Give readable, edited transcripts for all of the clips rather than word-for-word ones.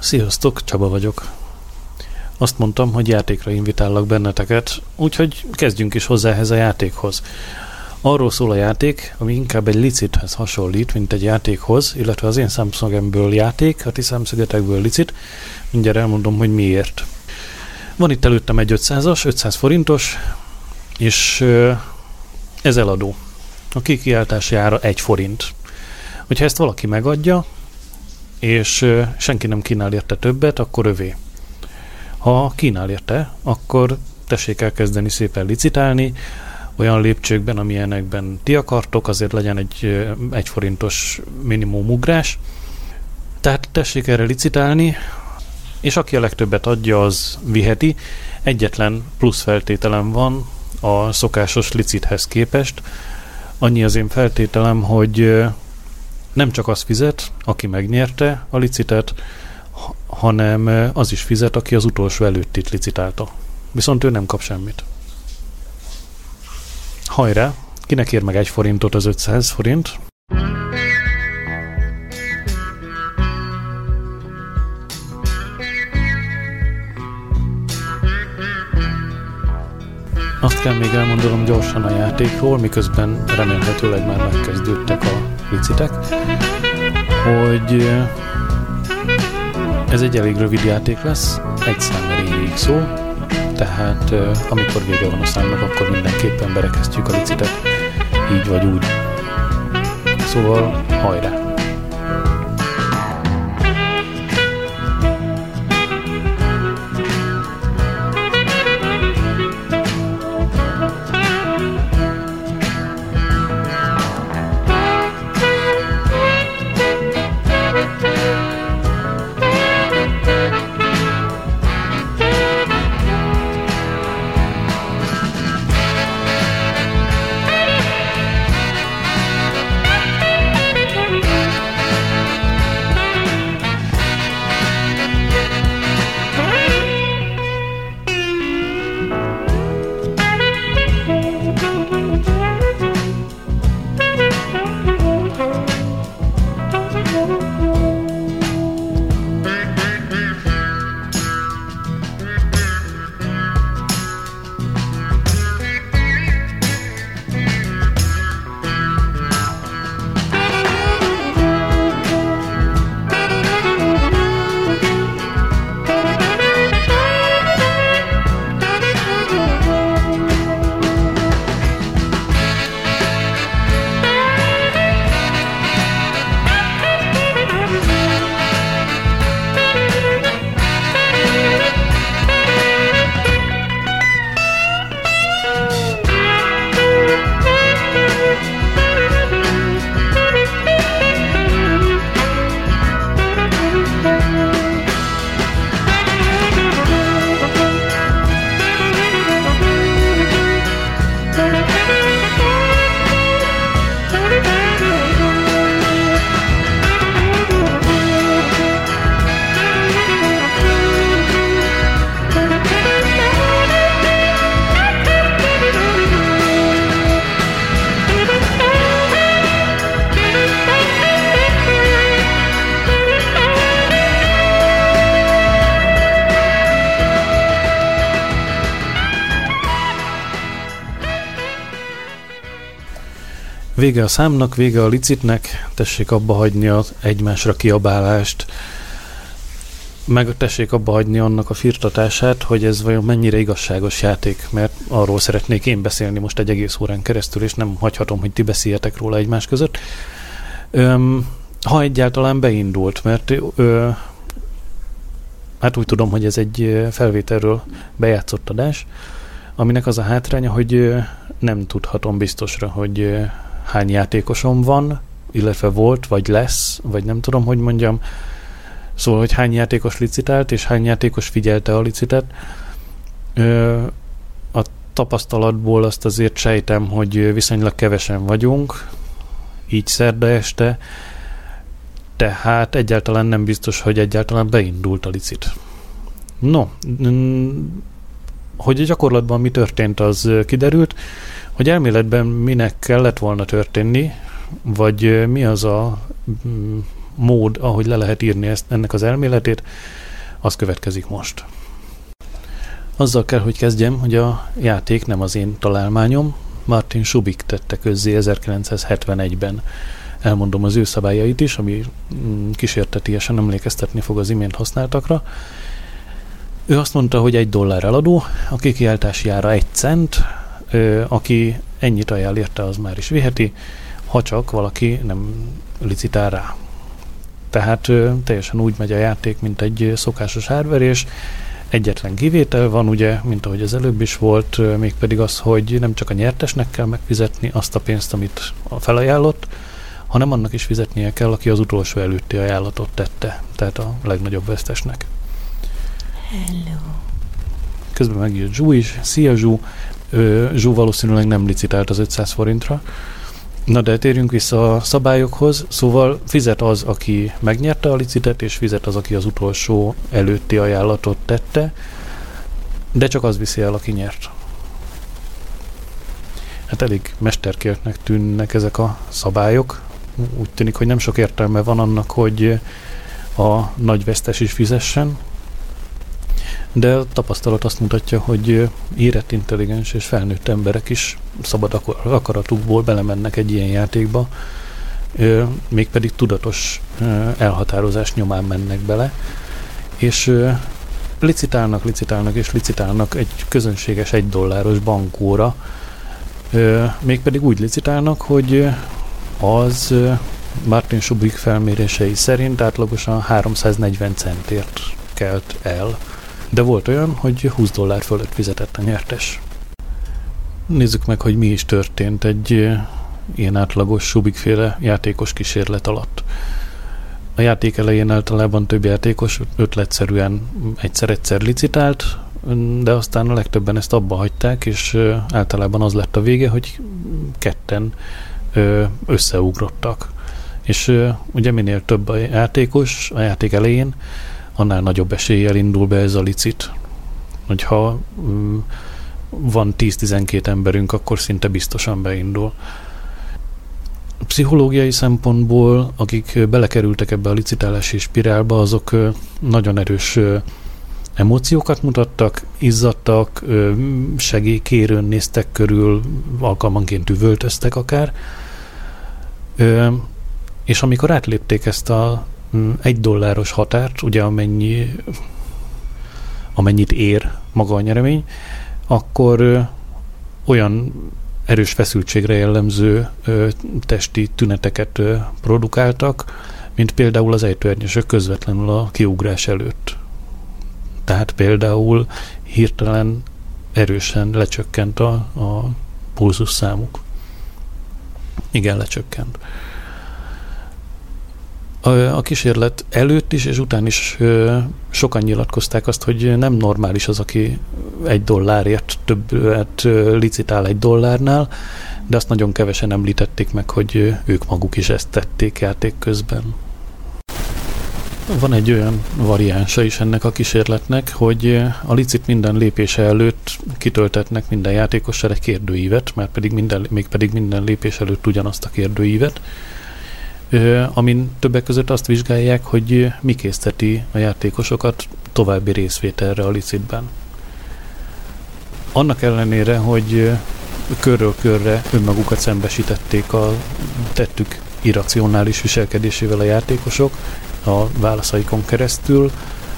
Sziasztok, Csaba vagyok. Azt mondtam, hogy játékra invitállak benneteket, úgyhogy kezdjünk is hozzá ehhez a játékhoz. Arról szól a játék, ami inkább egy licithez hasonlít, mint egy játékhoz, illetve az én szemszögemből játék, a ti szemszögetekből licit. Mindjárt elmondom, hogy miért. Van itt előttem egy 500-as, 500 forintos, és ez eladó. A kikiáltási ára 1 forint. Hogyha ezt valaki megadja, és senki nem kínál érte többet, akkor övé. Ha kínál érte, akkor tessék elkezdeni szépen licitálni, olyan lépcsőkben, amilyenekben ti akartok, azért legyen egy 1 forintos minimum ugrás. Tehát tessék erre licitálni, és aki a legtöbbet adja, az viheti. Egyetlen plusz feltételem van a szokásos licithez képest. Annyi az én feltételem, hogy nem csak az fizet, aki megnyerte a licitet, hanem az is fizet, aki az utolsó előttit licitálta. Viszont ő nem kap semmit. Hajrá! Kinek ér meg 1 forintot az 500 forint? Azt kell még elmondanom gyorsan a játékról, miközben remélhetőleg már megkezdődtek a licitek, hogy ez egy elég rövid játék lesz, egy szám erejéig szól, tehát amikor vége van a számnak, akkor mindenképpen berekeztjük a licitet, így vagy úgy. Szóval hajrá! Vége a számnak, vége a licitnek, tessék abba hagyni az egymásra kiabálást, meg tessék abba hagyni annak a firtatását, hogy ez vajon mennyire igazságos játék, mert arról szeretnék én beszélni most egy egész órán keresztül, és nem hagyhatom, hogy ti beszéljetek róla egymás között. Ha egyáltalán beindult, mert hát úgy tudom, hogy ez egy felvételről bejátszott adás, aminek az a hátránya, hogy nem tudhatom biztosra, hogy hány játékosom van, illetve volt, vagy lesz, vagy nem tudom, hogy mondjam. Szóval, hogy hány játékos licitált, és hány játékos figyelte a licitet. A tapasztalatból azt azért sejtem, hogy viszonylag kevesen vagyunk, így szerda este, tehát egyáltalán nem biztos, hogy egyáltalán beindult a licit. No, hogy a gyakorlatban mi történt, az kiderült, hogy elméletben minek kellett volna történni, vagy mi az a mód, ahogy le lehet írni ennek az elméletét, az következik most. Azzal kell, hogy kezdjem, hogy a játék nem az én találmányom, Martin Subic tette közzé 1971-ben. Elmondom az ő szabályait is, ami kísértetiesen emlékeztetni fog az imént használtakra. Ő azt mondta, hogy $1 eladó, a kikiáltási ára 1 cent, aki ennyit ajánl érte, az már is viheti, ha csak valaki nem licitál rá. Tehát teljesen úgy megy a játék, mint egy szokásos árverés. Egyetlen kivétel van, ugye, mint ahogy az előbb is volt, mégpedig az, hogy nem csak a nyertesnek kell megfizetni azt a pénzt, amit felajánlott, hanem annak is fizetnie kell, aki az utolsó előtti ajánlatot tette, tehát a legnagyobb vesztesnek. Hello. Közben megjött Zsú is. Szia Zsú! Zsú valószínűleg nem licitált az 500 forintra. Na de térjünk vissza a szabályokhoz. Szóval fizet az, aki megnyerte a licitet, és fizet az, aki az utolsó előtti ajánlatot tette, de csak az viszi el, aki nyert. Hát elég mesterkéltnek tűnnek ezek a szabályok. Úgy tűnik, hogy nem sok értelme van annak, hogy a nagy vesztes is fizessen, de a tapasztalat azt mutatja, hogy érett, intelligens és felnőtt emberek is szabad akaratukból belemennek egy ilyen játékba, mégpedig tudatos elhatározás nyomán mennek bele, és licitálnak egy közönséges $1 bankóra, mégpedig úgy licitálnak, hogy az Martin Subic felmérései szerint átlagosan 340 centért kelt el. De volt olyan, hogy $20 fölött fizetett a nyertes. Nézzük meg, hogy mi is történt egy ilyen átlagos Subic-féle játékos kísérlet alatt. A játék elején általában több játékos ötletszerűen egyszer-egyszer licitált, de aztán a legtöbben ezt abba hagyták, és általában az lett a vége, hogy ketten összeugrottak. És ugye minél több a játékos a játék elején, annál nagyobb eséllyel indul be ez a licit. Hogyha van 10-12 emberünk, akkor szinte biztosan beindul. Pszichológiai szempontból, akik belekerültek ebbe a licitálási spirálba, azok nagyon erős emóciókat mutattak, izzadtak, segélykérőn néztek körül, alkalmanként üvöltöztek akár. És amikor átlépték ezt a $1 határt, ugye amennyit ér maga a nyeremény, akkor olyan erős feszültségre jellemző testi tüneteket produkáltak, mint például az ejtőernyősök közvetlenül a kiugrás előtt. Tehát például hirtelen erősen lecsökkent a pulzus számuk. Igen, lecsökkent. A kísérlet előtt is és után is sokan nyilatkozták azt, hogy nem normális az, aki $1 többet licitál $1, de azt nagyon kevesen említették meg, hogy ők maguk is ezt tették játék közben. Van egy olyan variánsa is ennek a kísérletnek, hogy a licit minden lépése előtt kitöltetnek minden játékossal egy kérdőívet, mégpedig minden lépés előtt ugyanazt a kérdőívet, amin többek között azt vizsgálják, hogy mi készteti a játékosokat további részvételre a licitben. Annak ellenére, hogy körről körre önmagukat szembesítették a tettük irracionális viselkedésével a játékosok a válaszaikon keresztül,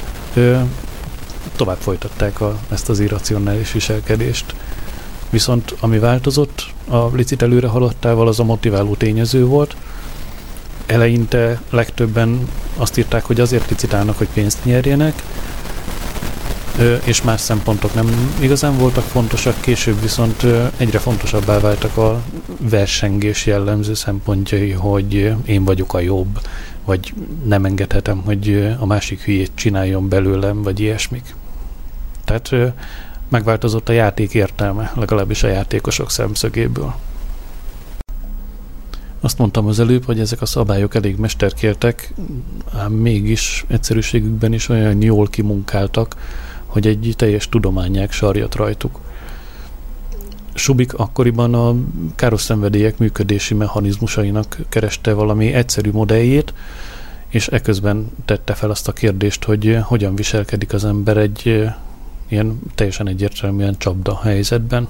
tovább folytatták ezt az irracionális viselkedést. Viszont ami változott a licit előre haladtával, az a motiváló tényező volt. Eleinte legtöbben azt írták, hogy azért licitálnak, hogy pénzt nyerjenek, és más szempontok nem igazán voltak fontosak, később viszont egyre fontosabbá váltak a versengés jellemző szempontjai, hogy én vagyok a jobb, vagy nem engedhetem, hogy a másik hülyét csináljon belőlem, vagy ilyesmik. Tehát megváltozott a játék értelme, legalábbis a játékosok szemszögéből. Azt mondtam az előbb, hogy ezek a szabályok elég mesterkéltek, ám mégis egyszerűségükben is olyan jól kimunkáltak, hogy egy teljes tudományág sarjat rajtuk. Subic akkoriban a káros szenvedélyek működési mechanizmusainak kereste valami egyszerű modelljét, és eközben tette fel azt a kérdést, hogy hogyan viselkedik az ember egy ilyen teljesen egyértelműen csapda helyzetben.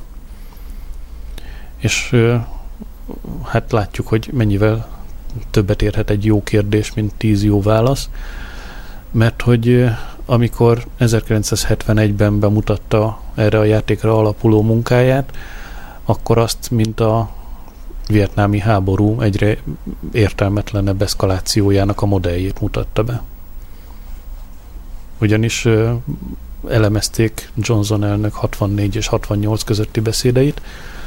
És hát látjuk, hogy mennyivel többet érhet egy jó kérdés, mint 10 jó válasz, mert hogy amikor 1971-ben bemutatta erre a játékra alapuló munkáját, akkor azt, mint a vietnámi háború egyre értelmetlenebb eszkalációjának a modelljét mutatta be. Ugyanis elemezték Johnson elnök 64 és 68 közötti beszédeit,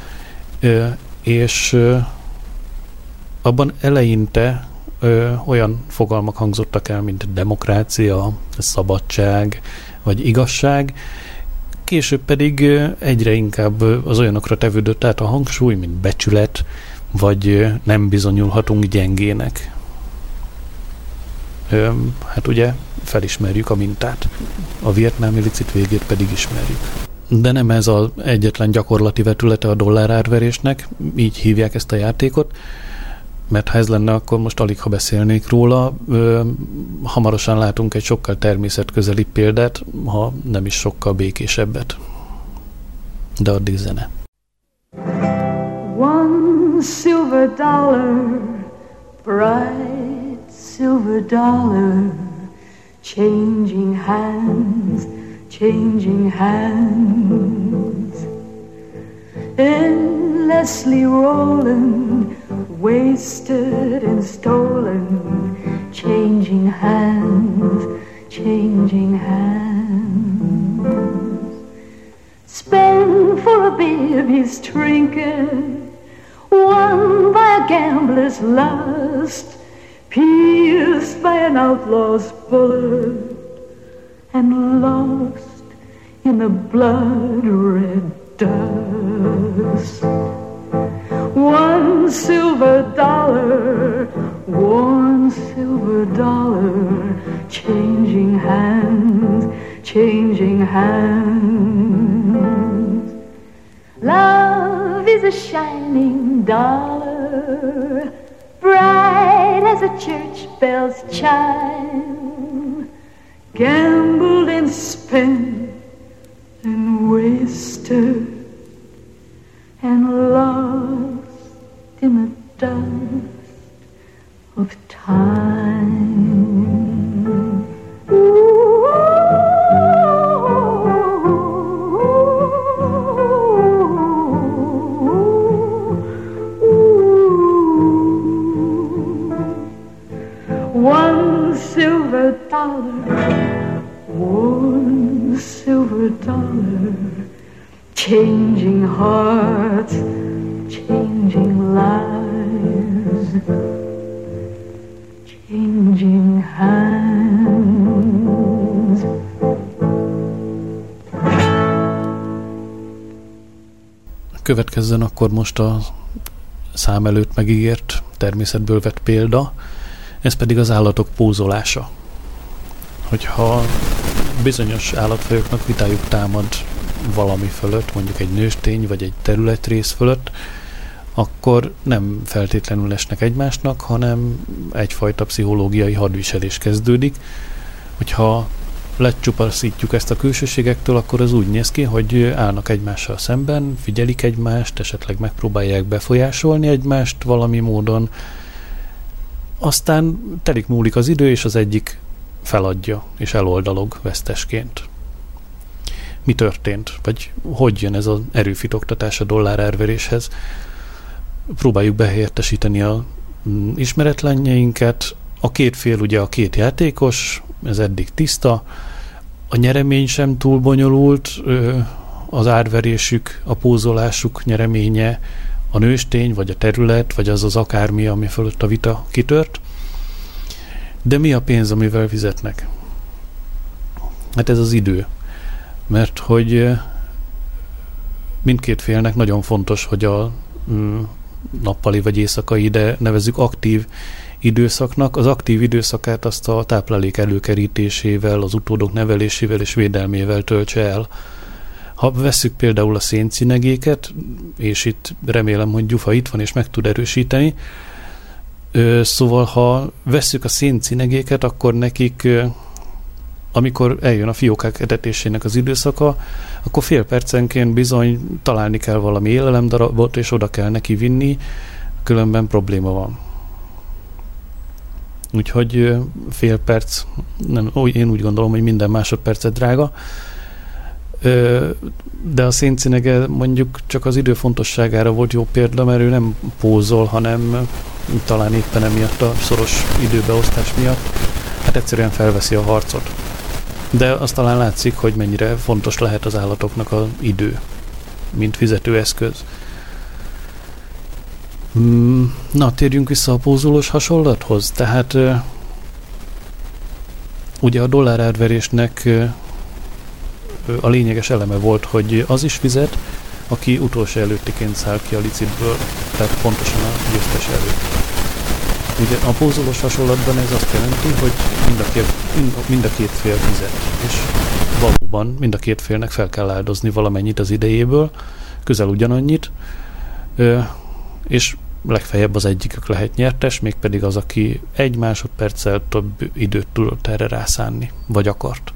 és abban eleinte olyan fogalmak hangzottak el, mint demokrácia, szabadság, vagy igazság, később pedig egyre inkább az olyanokra tevődött át a hangsúly, mint becsület, vagy nem bizonyulhatunk gyengének. Hát ugye felismerjük a mintát. A vietnámi licit végét pedig ismerjük. De nem ez az egyetlen gyakorlati vetülete a dollárárverésnek, így hívják ezt a játékot, mert ha ez lenne, akkor most alig ha beszélnék róla. Hamarosan látunk egy sokkal természetközeli példát, ha nem is sokkal békésebbet. De addig zene. One silver dollar, bright silver dollar, changing hands, changing hands. Endlessly rolling, wasted and stolen, changing hands, changing hands. Spent for a baby's trinket, won by a gambler's lust, pierced by an outlaw's bullet, and lost in the blood-red dust. One silver dollar, changing hands, changing hands. Love is a shining dollar, bright as a church bell's chime, gambled and spent and wasted and lost in the dust of time. One silver dollar, changing hearts, changing lives, changing hands. Következzen akkor most a szám előtt megígért természetből vett példa, ez pedig az állatok pózolása. Hogyha bizonyos állatfajoknak vitájuk támad valami fölött, mondjuk egy nőstény vagy egy területrész fölött, akkor nem feltétlenül esnek egymásnak, hanem egyfajta pszichológiai hadviselés kezdődik. Hogyha lecsupaszítjuk ezt a külsőségektől, akkor az úgy néz ki, hogy állnak egymással szemben, figyelik egymást, esetleg megpróbálják befolyásolni egymást valami módon, aztán telik múlik az idő, és az egyik feladja, és eloldalog vesztesként. Mi történt? Vagy hogy jön ez az erőfitoktatás a dollárárveréshez? Próbáljuk behelyettesíteni az ismeretlenjeinket. A két fél ugye a két játékos, ez eddig tiszta. A nyeremény sem túl bonyolult, az árverésük, a pózolásuk nyereménye a nőstény, vagy a terület, vagy az akármi, ami fölött a vita kitört. De mi a pénz, amivel fizetnek? Hát ez az idő. Mert hogy mindkét félnek nagyon fontos, hogy a nappali vagy éjszakai, de nevezzük aktív időszaknak. Az aktív időszakát azt a táplálék előkerítésével, az utódok nevelésével és védelmével töltse el. Ha vesszük például a széncinegéket, és itt remélem, hogy Gyufa itt van és meg tud erősíteni, Szóval, ha vesszük a széncinegéket, akkor nekik, amikor eljön a fiókák etetésének az időszaka, akkor fél percenként bizony találni kell valami élelemdarabot, és oda kell neki vinni, különben probléma van. Úgyhogy fél perc, én úgy gondolom, hogy minden másodpercet drága, de a széncinege mondjuk csak az idő fontosságára volt jó példa, mert ő nem pózol, hanem talán éppen emiatt a szoros időbeosztás miatt, hát egyszerűen felveszi a harcot. De azt talán látszik, hogy mennyire fontos lehet az állatoknak az idő, mint fizetőeszköz. Na, térjünk vissza a pózolós hasonlathoz. Tehát ugye a dollárárverésnek a lényeges eleme volt, hogy az is fizet, aki utolsó előttiként száll ki a licitből, tehát pontosan a győztes előtt. Ugye a pózolós hasonlatban ez azt jelenti, hogy mind a két fél fizet, és valóban mind a két félnek fel kell áldozni valamennyit az idejéből, közel ugyanannyit, és legfeljebb az egyikük lehet nyertes, mégpedig az, aki egy másodperccel több időt tudott erre rászánni, vagy akart.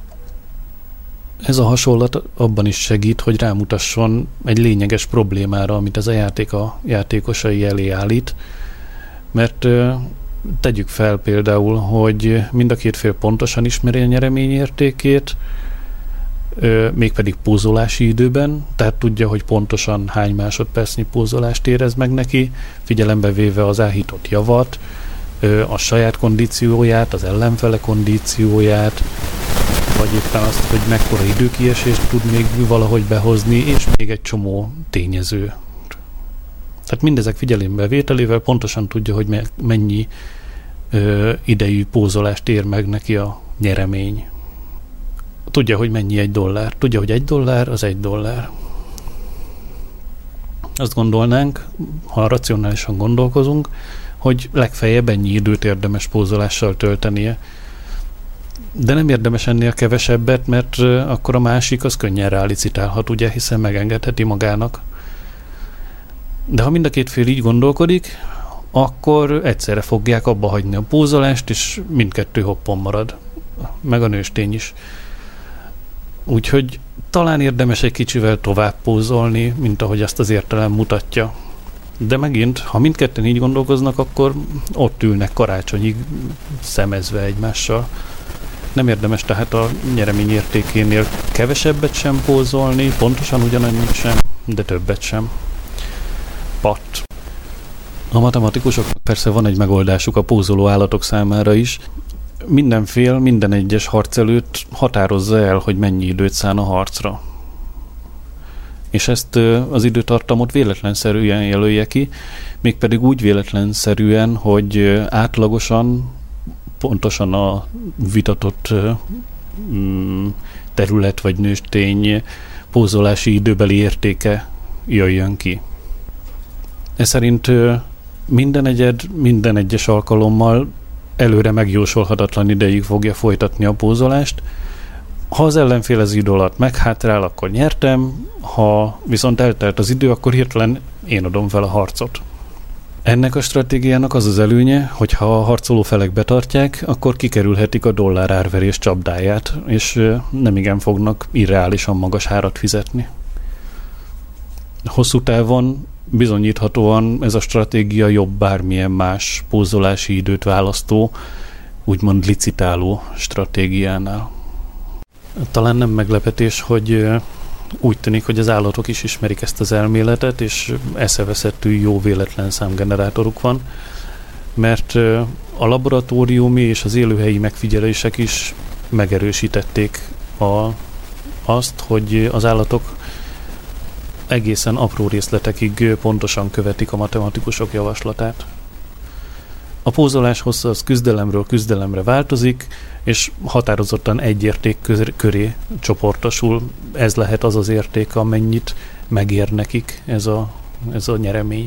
Ez a hasonlat abban is segít, hogy rámutasson egy lényeges problémára, amit ez a játék a játékosai elé állít, mert tegyük fel például, hogy mind a két fél pontosan ismeri a nyeremény értékét, mégpedig pózolási időben, tehát tudja, hogy pontosan hány másodpercnyi pózolást érez meg neki, figyelembe véve az áhított javat, a saját kondícióját, az ellenfele kondícióját, vagy éppen azt, hogy mekkora időkiesést tud még valahogy behozni, és még egy csomó tényező. Tehát mindezek figyelembe vételével pontosan tudja, hogy mennyi idejű pózolást ér meg neki a nyeremény. Tudja, hogy mennyi $1. Tudja, hogy $1 az $1. Azt gondolnánk, ha racionálisan gondolkozunk, hogy legfeljebb ennyi időt érdemes pózolással töltenie. De nem érdemes ennél kevesebbet, mert akkor a másik az könnyen rálicitálhat, ugye, hiszen megengedheti magának. De ha mind a két fél így gondolkodik, akkor egyszerre fogják abba hagyni a pózolást, és mindkettő hoppon marad. Meg a nőstény is. Úgyhogy talán érdemes egy kicsivel tovább pózolni, mint ahogy azt az értelem mutatja. De megint, ha mindketten így gondolkoznak, akkor ott ülnek karácsonyig szemezve egymással. Nem érdemes tehát a nyeremény értékénél kevesebbet sem pózolni, pontosan ugyanannyit sem, de többet sem. Patt. A matematikusoknak persze van egy megoldásuk a pózoló állatok számára is. Minden fél, minden egyes harc előtt határozza el, hogy mennyi időt szán a harcra. És ezt az időtartamot véletlenszerűen jelölje ki, mégpedig úgy véletlenszerűen, hogy átlagosan, pontosan a vitatott terület vagy nőstény pózolási időbeli értéke jöjjön ki. Ez szerint minden egyed, minden egyes alkalommal előre megjósolhatatlan ideig fogja folytatni a pózolást. Ha az ellenfél az idő alatt meghátrál, akkor nyertem, ha viszont eltelt az idő, akkor hirtelen én adom fel a harcot. Ennek a stratégiának az az előnye, hogy ha a harcoló felek betartják, akkor kikerülhetik a dollárárverés csapdáját, és nemigen fognak irreálisan magas árat fizetni. Hosszú távon bizonyíthatóan ez a stratégia jobb bármilyen más pózolási időt választó, úgymond licitáló stratégiánál. Talán nem meglepetés, hogy úgy tűnik, hogy az állatok is ismerik ezt az elméletet, és eszeveszettű jó véletlen számgenerátoruk van, mert a laboratóriumi és az élőhelyi megfigyelések is megerősítették azt, hogy az állatok egészen apró részletekig pontosan követik a matematikusok javaslatát. A pózolás hossza az küzdelemről küzdelemre változik, és határozottan egy érték köré csoportosul. Ez lehet az az érték, amennyit megér nekik ez a nyeremény.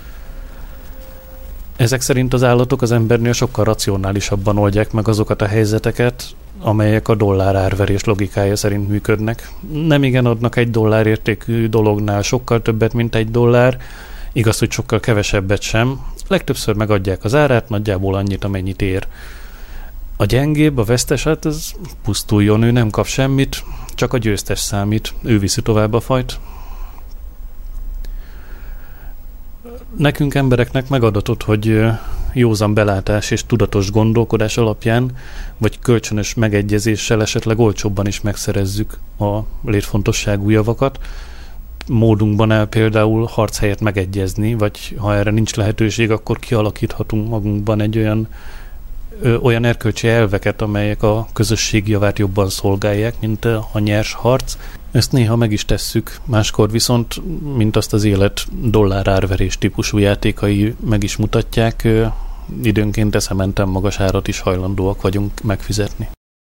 Ezek szerint az állatok az embernél sokkal racionálisabban oldják meg azokat a helyzeteket, amelyek a dollárárverés logikája szerint működnek. Nem igen adnak $1 értékű dolognál sokkal többet, mint $1. Igaz, hogy sokkal kevesebbet sem. legtöbbször megadják az árát, nagyjából annyit, amennyit ér. A gyengébb, a vesztes, hát ez pusztuljon, ő nem kap semmit, csak a győztes számít, ő viszi tovább a fajt. Nekünk embereknek megadatott, hogy józan belátás és tudatos gondolkodás alapján, vagy kölcsönös megegyezéssel esetleg olcsóbban is megszerezzük a létfontosságú javakat. Módunkban áll például harc helyett megegyezni, vagy ha erre nincs lehetőség, akkor kialakíthatunk magunkban egy olyan erkölcsi elveket, amelyek a közösség javát jobban szolgálják, mint a nyers harc. Ezt néha meg is tesszük, máskor viszont, mint azt az élet dollárárverés típusú játékai meg is mutatják, időnként eszementen magas árat is hajlandóak vagyunk megfizetni.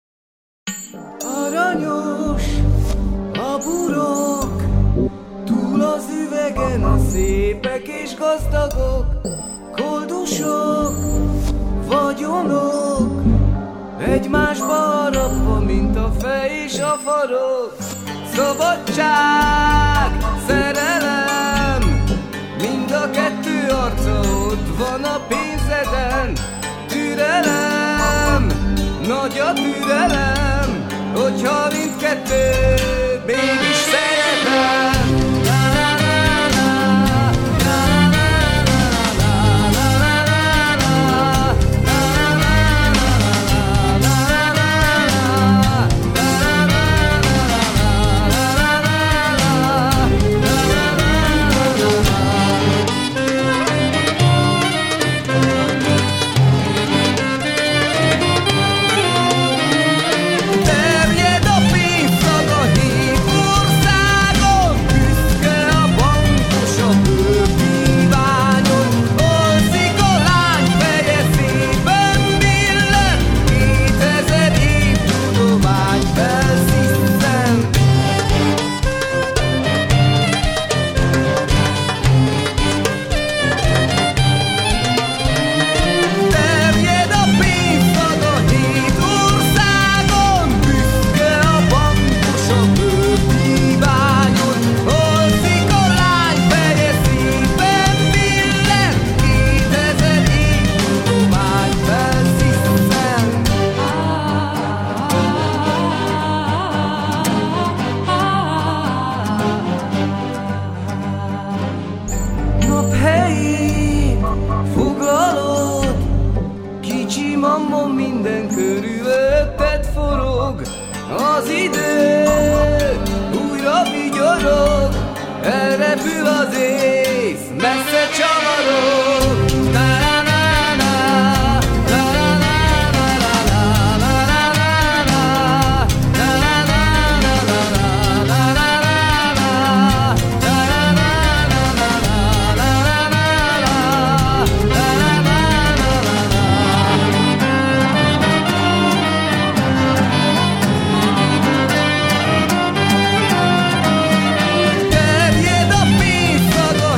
Aranyos a burok, túl az üvegen a szépek és gazdagok, koldusok, vagyonok, egymásba harapva, mint a fej és a farok. Szabadság, szerelem, mind a kettő arca ott van a pénzeden. Türelem, nagy a türelem, hogyha mindkettő mégis szeretem. Az idő újra vigyorog, elrepül az ész, messze csavarog. Terjed a pénzszag a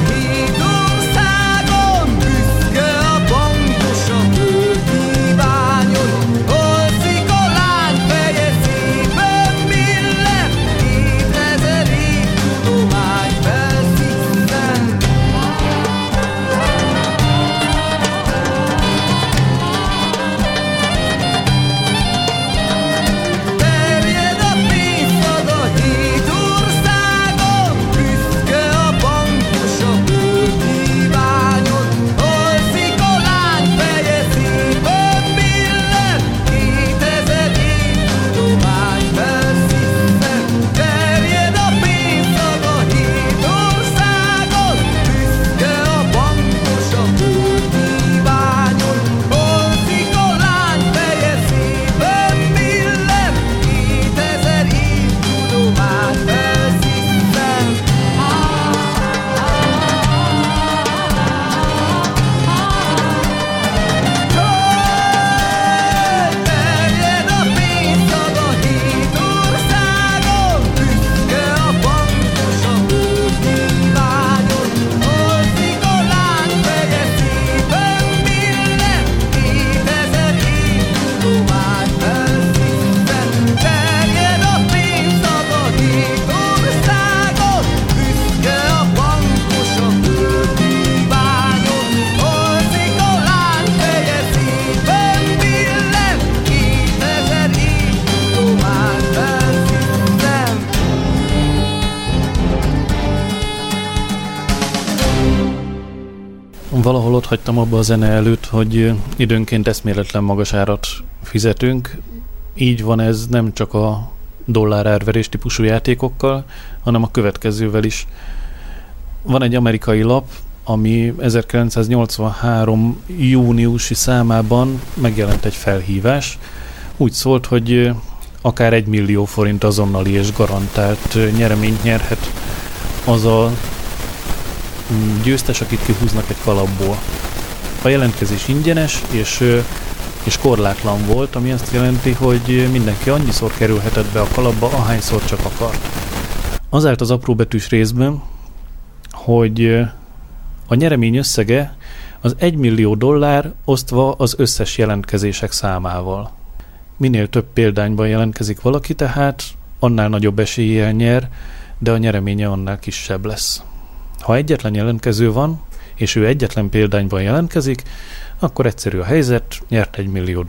ott hagytam abba a zene előtt, hogy időnként eszméletlen magas árat fizetünk. Így van ez nem csak a dollárárverés típusú játékokkal, hanem a következővel is. Van egy amerikai lap, ami 1983 júniusi számában megjelent egy felhívás. Úgy szólt, hogy akár 1 millió forint azonnali és garantált nyereményt nyerhet az a győztes, akit kihúznak egy kalapból. A jelentkezés ingyenes és korlátlan volt, ami azt jelenti, hogy mindenki annyiszor kerülhetett be a kalapba, ahányszor csak akart. Az állt az apró betűs részben, hogy a nyeremény összege az $1 millió osztva az összes jelentkezések számával. Minél több példányban jelentkezik valaki, tehát annál nagyobb eséllyel nyer, de a nyereménye annál kisebb lesz. Ha egyetlen jelentkező van, és ő egyetlen példányban jelentkezik, akkor egyszerű a helyzet, nyert $1 millió.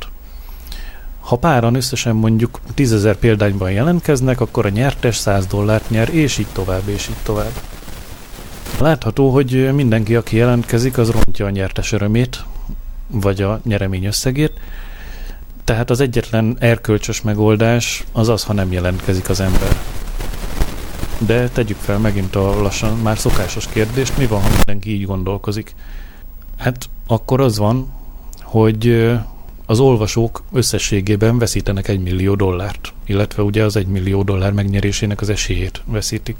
Ha páran összesen mondjuk 10 000 példányban jelentkeznek, akkor a nyertes $100 nyer, és így tovább, és így tovább. Látható, hogy mindenki, aki jelentkezik, az rontja a nyertes örömét, vagy a nyeremény összegét, tehát az egyetlen erkölcsös megoldás az az, ha nem jelentkezik az ember. De tegyük fel megint a lassan már szokásos kérdést, mi van, ha mindenki így gondolkozik? Hát akkor az van, hogy az olvasók összességében veszítenek $1 millió, illetve ugye az $1 millió megnyerésének az esélyét veszítik.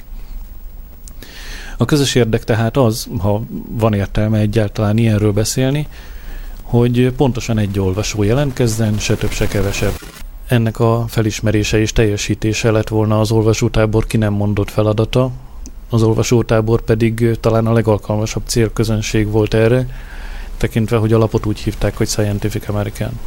A közös érdek tehát az, ha van értelme egyáltalán ilyenről beszélni, hogy pontosan egy olvasó jelentkezzen, se több, se kevesebb. Ennek a felismerése és teljesítése lett volna az olvasótábor ki nem mondott feladata, az olvasótábor pedig talán a legalkalmasabb célközönség volt erre, tekintve, hogy a lapot úgy hívták, hogy Scientific American.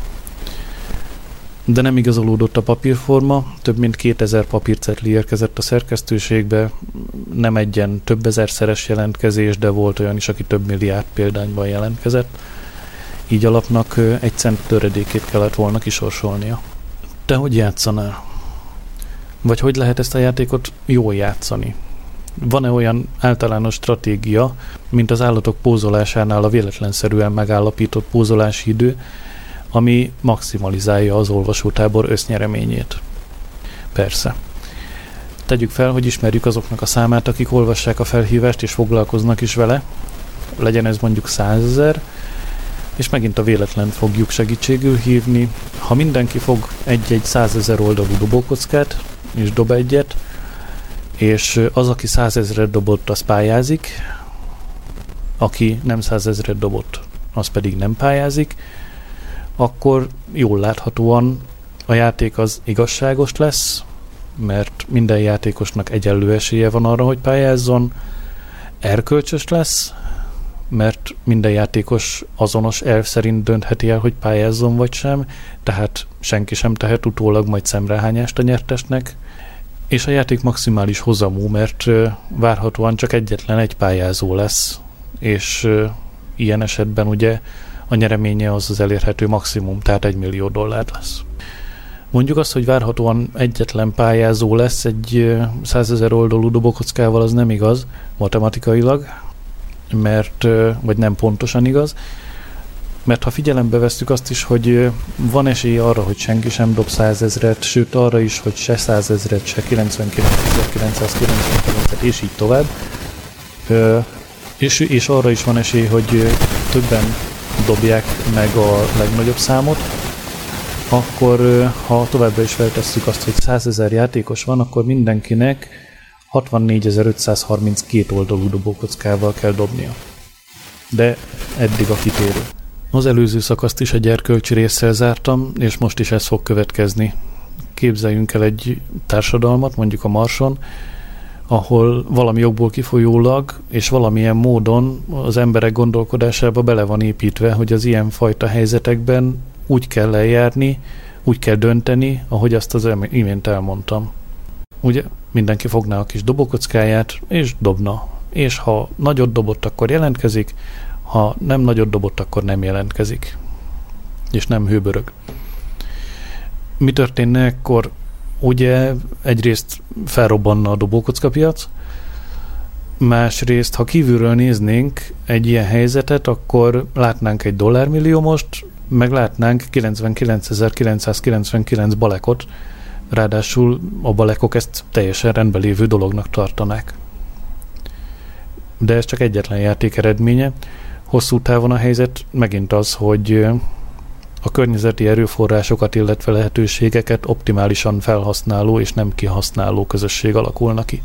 De nem igazolódott a papírforma, több mint 2000 papírcetli érkezett a szerkesztőségbe, nem egyen több ezerszeres jelentkezés, de volt olyan is, aki több milliárd példányban jelentkezett. Így a lapnak 1 cent töredékét kellett volna kisorsolnia. Te hogy játszanál? Vagy hogy lehet ezt a játékot jól játszani? Van-e olyan általános stratégia, mint az állatok pózolásánál a véletlenszerűen megállapított pózolási idő, ami maximalizálja az olvasótábor össznyereményét? Persze. Tegyük fel, hogy ismerjük azoknak a számát, akik olvassák a felhívást és foglalkoznak is vele. Legyen ez mondjuk 100 000, és megint a véletlent fogjuk segítségül hívni. Ha mindenki fog egy 100 000 oldalú dobókockát, és dob egyet, és az, aki 100 000-et dobott, az pályázik, aki nem 100 000-et dobott, az pedig nem pályázik, akkor jól láthatóan a játék az igazságos lesz, mert minden játékosnak egyenlő esélye van arra, hogy pályázzon, erkölcsös lesz, mert minden játékos azonos elv szerint döntheti el, hogy pályázzon vagy sem, tehát senki sem tehet utólag majd szemrehányást a nyertesnek, és a játék maximális hozamú, mert várhatóan csak egyetlen egy pályázó lesz, és ilyen esetben ugye a nyereménye az elérhető maximum, tehát $1 millió lesz. Mondjuk azt, hogy várhatóan egyetlen pályázó lesz egy 100 000 oldalú dobókockával, az nem igaz matematikailag, mert, vagy nem pontosan igaz, mert ha figyelembe vesszük azt is, hogy van esély arra, hogy senki sem dob 100 000-et, sőt arra is, hogy se 100 000-et, se 99.999-et, és így tovább, és arra is van esély, hogy többen dobják meg a legnagyobb számot, akkor ha továbbra is feltesszük azt, hogy 100 000 játékos van, akkor mindenkinek 64.532 oldalú dobókockával kell dobnia. De eddig a kitérő. Az előző szakaszt is egy erkölcsi résszel zártam, és most is ez fog következni. Képzeljünk el egy társadalmat, mondjuk a Marson, ahol valami jogból kifolyólag, és valamilyen módon az emberek gondolkodásába bele van építve, hogy az ilyen fajta helyzetekben úgy kell eljárni, úgy kell dönteni, ahogy azt az imént elmondtam. Ugye mindenki fogná a kis dobókockáját, és dobna. És ha nagyot dobott, akkor jelentkezik, ha nem nagyot dobott, akkor nem jelentkezik. És nem hőbörög. Mi történne ekkor? Ugye egyrészt felrobbanna a dobókockapiac, Másrészt, ha kívülről néznénk egy ilyen helyzetet, akkor látnánk egy dollármilliómost, meg látnánk 99.999 balekot, ráadásul a balekok ezt teljesen rendben lévő dolognak tartanák. De ez csak egyetlen játék eredménye. Hosszú távon a helyzet megint az, hogy a környezeti erőforrásokat, illetve lehetőségeket optimálisan felhasználó és nem kihasználó közösség alakulna ki.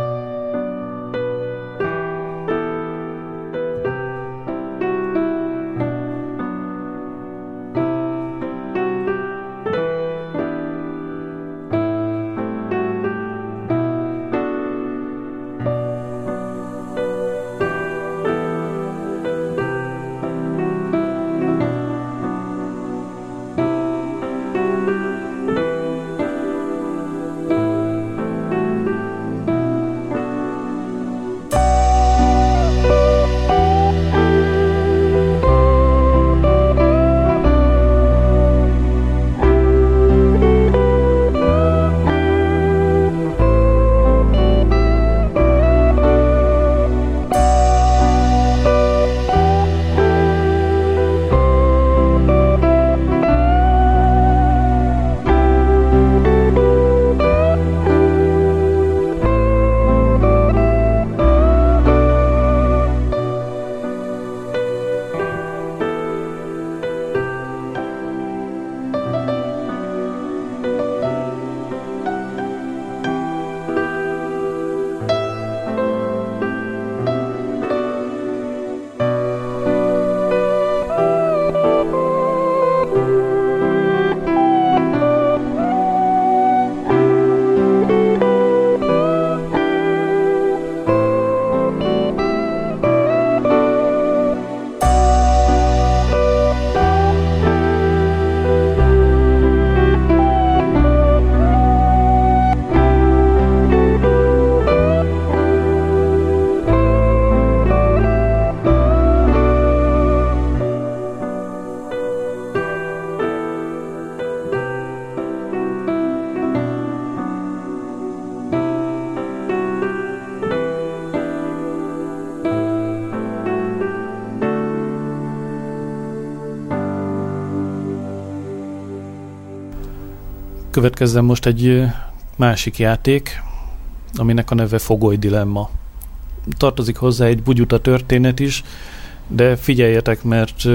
Következzen most egy másik játék, aminek a neve Fogoly dilemma. Tartozik hozzá egy bugyuta történet is, de figyeljetek, mert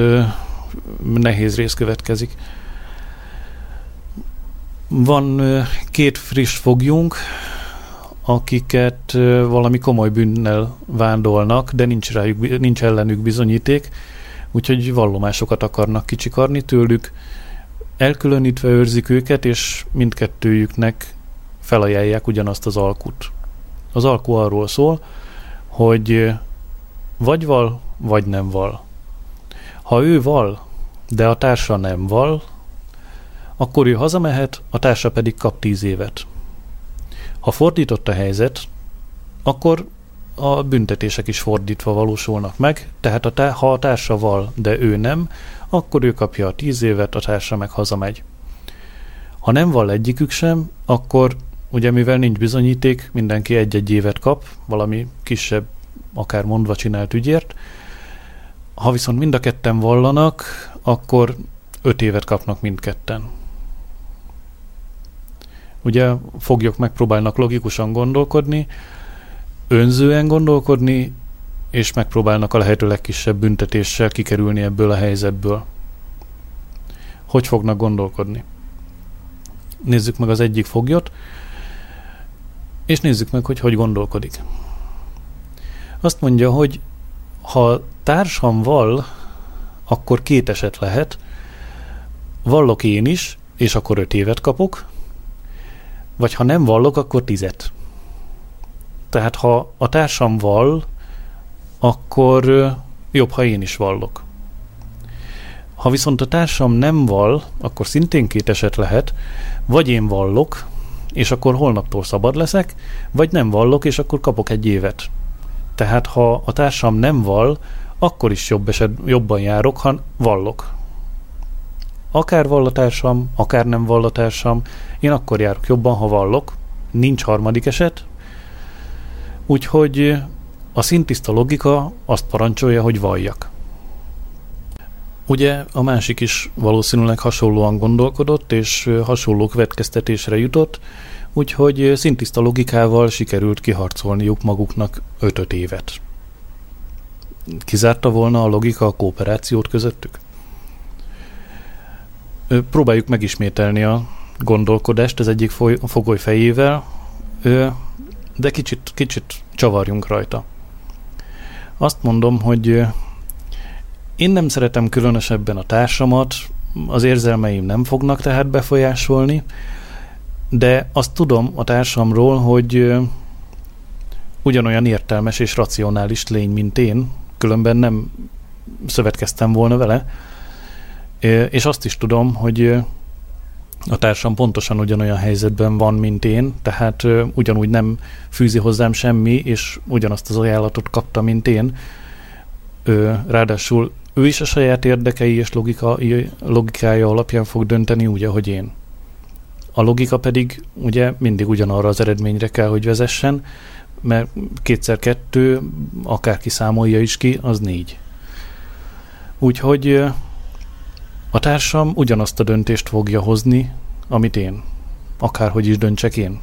nehéz rész következik. Van két friss foglyunk, akiket valami komoly bűnnel vádolnak, de nincs ellenük bizonyíték, úgyhogy vallomásokat akarnak kicsikarni tőlük. Elkülönítve őrzik őket, és mindkettőjüknek felajánlják ugyanazt az alkut. Az alku arról szól, hogy vagy val, vagy nem val. Ha ő val, de a társa nem val, akkor ő hazamehet, a társa pedig kap 10 évet. Ha fordított a helyzet, akkor a büntetések is fordítva valósulnak meg, tehát ha a társa val, de ő nem, akkor ő kapja a 10 évet, a társa meg hazamegy. Ha nem val egyikük sem, akkor ugye mivel nincs bizonyíték, mindenki egy-egy évet kap, valami kisebb, akár mondva csinált ügyért. Ha viszont mind a ketten vallanak, akkor 5 évet kapnak mindketten. Ugye foglyok megpróbálnak logikusan gondolkodni, önzően gondolkodni, és megpróbálnak a lehető legkisebb büntetéssel kikerülni ebből a helyzetből. Hogy fognak gondolkodni? Nézzük meg az egyik foglyot, és nézzük meg, hogy gondolkodik. Azt mondja, hogy ha társam val, akkor 2 eset lehet. Vallok én is, és akkor 5 évet kapok, vagy ha nem vallok, akkor 10-et. Tehát ha a társam val, akkor jobb, ha én is vallok. Ha viszont a társam nem val, akkor szintén 2 eset lehet, vagy én vallok, és akkor holnaptól szabad leszek, vagy nem vallok, és akkor kapok 1 évet. Tehát ha a társam nem val, akkor is jobban járok, ha vallok. Akár vall a társam, akár nem vall a társam, én akkor járok jobban, ha vallok. Nincs harmadik eset. Úgyhogy A szintiszta logika azt parancsolja, hogy valljak. Ugye a másik is valószínűleg hasonlóan gondolkodott, és hasonló következtetésre jutott, úgyhogy szintiszta logikával sikerült kiharcolniuk maguknak 5 évet. Kizárta volna a logika a kooperációt közöttük? Próbáljuk megismételni a gondolkodást az egyik fogoly fejével, de kicsit csavarjunk rajta. Azt mondom, hogy én nem szeretem különösebben a társamat, az érzelmeim nem fognak tehát befolyásolni, de azt tudom a társamról, hogy ugyanolyan értelmes és racionális lény, mint én, különben nem szövetkeztem volna vele, és azt is tudom, hogy a társam pontosan ugyanolyan helyzetben van, mint én, tehát ugyanúgy nem fűzi hozzám semmi, és ugyanazt az ajánlatot kapta, mint én. Ráadásul ő is a saját érdekei és logikája alapján fog dönteni úgy, ahogy én. A logika pedig ugye mindig ugyanarra az eredményre kell, hogy vezessen, mert 2x2, akárki számolja is ki, az 4. Úgyhogy a társam ugyanazt a döntést fogja hozni, amit én. Akárhogy is döntsek én.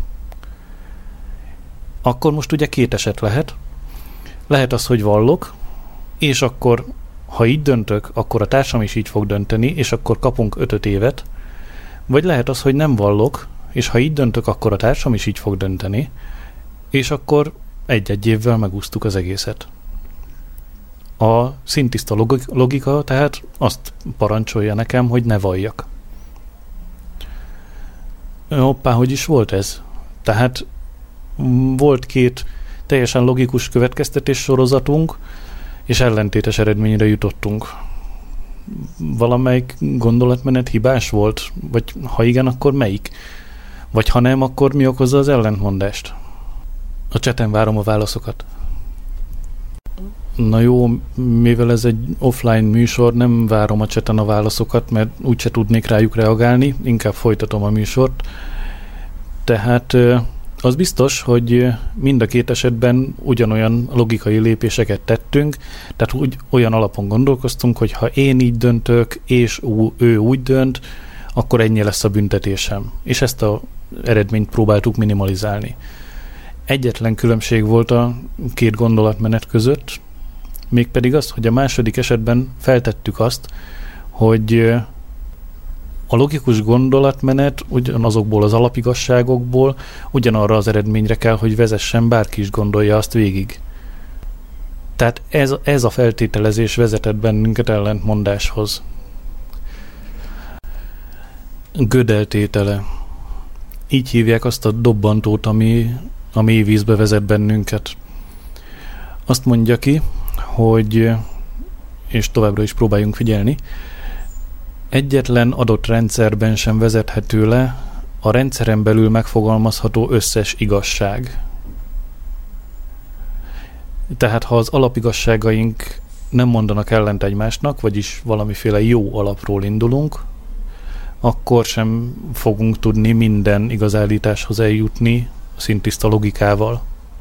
Akkor most ugye 2 eset lehet. Lehet az, hogy vallok, és akkor, ha így döntök, akkor a társam is így fog dönteni, és akkor kapunk 5 évet. Vagy lehet az, hogy nem vallok, és ha így döntök, akkor a társam is így fog dönteni, és akkor 1-1 évvel megúsztuk az egészet. A szintiszta logika tehát azt parancsolja nekem, hogy ne valljak. Hoppá, hogy is volt ez? Tehát volt 2 teljesen logikus következtetés sorozatunk, és ellentétes eredményre jutottunk. Valamelyik gondolatmenet hibás volt? Vagy ha igen, akkor melyik? Vagy ha nem, akkor mi okozza az ellentmondást? A chaten várom a válaszokat. Na jó, mivel ez egy offline műsor, nem várom a chaten a válaszokat, mert úgyse tudnék rájuk reagálni, inkább folytatom a műsort. Tehát az biztos, hogy mind a 2 esetben ugyanolyan logikai lépéseket tettünk, tehát olyan alapon gondolkoztunk, hogy ha én így döntök, és ő úgy dönt, akkor ennyi lesz a büntetésem. És ezt az eredményt próbáltuk minimalizálni. Egyetlen különbség volt a 2 gondolatmenet között, mégpedig az, hogy a második esetben feltettük azt, hogy a logikus gondolatmenet ugyanazokból az alapigasságokból ugyanarra az eredményre kell, hogy vezessen, bárki is gondolja azt végig. Tehát ez a feltételezés vezetett bennünket ellentmondáshoz. Gödel tétele. Így hívják azt a dobbantót, ami a mélyvízbe vezet bennünket. Azt mondja ki, hogy, és továbbra is próbáljunk figyelni, egyetlen adott rendszerben sem vezethető le a rendszeren belül megfogalmazható összes igazság. Tehát ha az alapigazságaink nem mondanak ellent egymásnak, vagyis valamiféle jó alapról indulunk, akkor sem fogunk tudni minden igaz állításhoz eljutni a szintiszta logikával.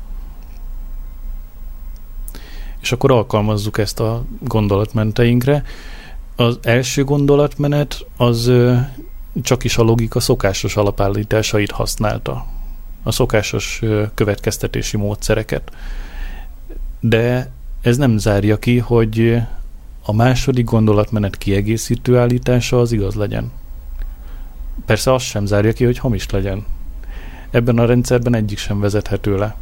És akkor alkalmazzuk ezt a gondolatmeneteinkre. Az első gondolatmenet az csak is a logika szokásos alapállításait használta. A szokásos következtetési módszereket. De ez nem zárja ki, hogy a második gondolatmenet kiegészítő állítása az igaz legyen. Persze azt sem zárja ki, hogy hamis legyen. Ebben a rendszerben egyik sem vezethető le.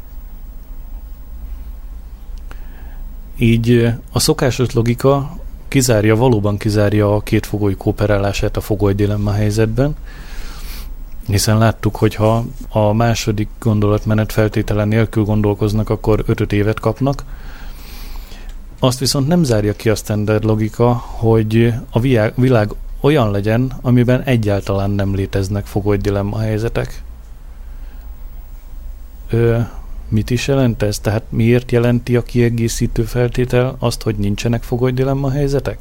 Így a szokásos logika valóban kizárja a 2 fogoly kooperálását a fogoly dilemma helyzetben, hiszen láttuk, hogy ha a második gondolatmenet feltétele nélkül gondolkoznak, akkor 5 évet kapnak. Azt viszont nem zárja ki a standard logika, hogy a világ olyan legyen, amiben egyáltalán nem léteznek fogoly dilemma helyzetek. Mit is jelent ez? Tehát miért jelenti a kiegészítő feltétel azt, hogy nincsenek fogoly dilemma helyzetek?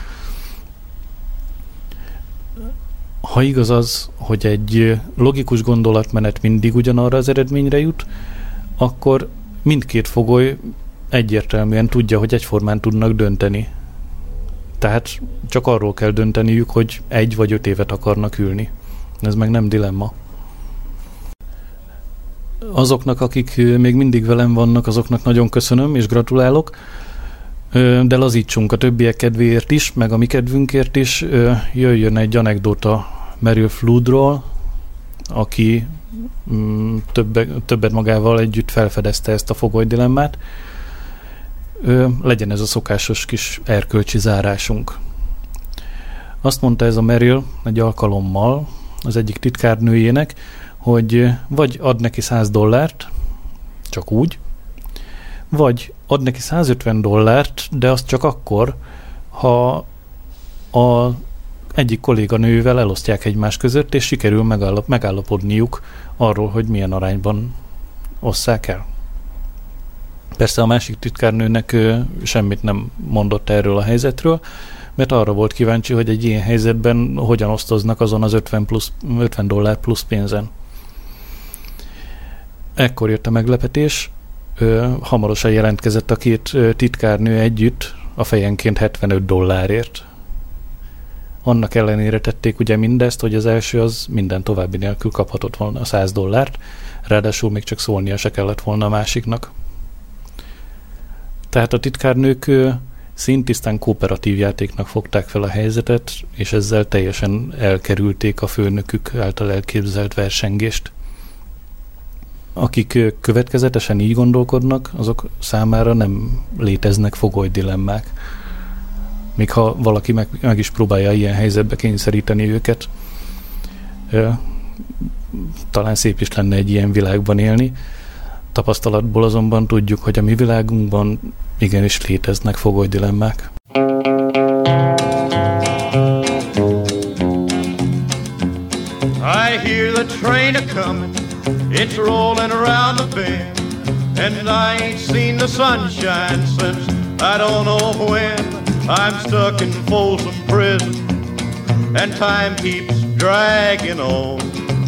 Ha igaz az, hogy egy logikus gondolatmenet mindig ugyanarra az eredményre jut, akkor mindkét fogoly egyértelműen tudja, hogy egyformán tudnak dönteni. Tehát csak arról kell dönteniük, hogy 1 vagy 5 évet akarnak ülni. Ez meg nem dilemma. Azoknak, akik még mindig velem vannak, azoknak nagyon köszönöm és gratulálok, de lazítsunk a többiek kedvéért is, meg a mi kedvünkért is. Jöjjön egy anekdóta Meryl Floodról, aki többet magával együtt felfedezte ezt a fogolydilemmát. Legyen ez a szokásos kis erkölcsi zárásunk. Azt mondta ez a Meryl egy alkalommal az egyik titkárnőjének, hogy vagy ad neki $100, csak úgy, vagy ad neki $150, de azt csak akkor, ha a egyik kolléganővel elosztják egymás között, és sikerül megállapodniuk arról, hogy milyen arányban osszák el. Persze a másik titkárnőnek semmit nem mondott erről a helyzetről, mert arra volt kíváncsi, hogy egy ilyen helyzetben hogyan osztoznak azon az $50 plusz pénzen. Ekkor jött a meglepetés, hamarosan jelentkezett a két titkárnő együtt a fejenként $75. Annak ellenére tették ugye mindezt, hogy az első az minden további nélkül kaphatott volna a $100, ráadásul még csak szólnia se kellett volna a másiknak. Tehát a titkárnők színtisztán kooperatív játéknak fogták fel a helyzetet, és ezzel teljesen elkerülték a főnökük által elképzelt versengést. Akik következetesen így gondolkodnak, azok számára nem léteznek fogolydilemmák. Még ha valaki meg is próbálja ilyen helyzetbe kényszeríteni őket, talán szép is lenne egy ilyen világban élni. Tapasztalatból azonban tudjuk, hogy a mi világunkban igenis léteznek fogolydilemmák. I hear the train a-comin', it's rollin' around the bend, and I ain't seen the sunshine since I don't know when. I'm stuck in Folsom Prison, and time keeps dragging on.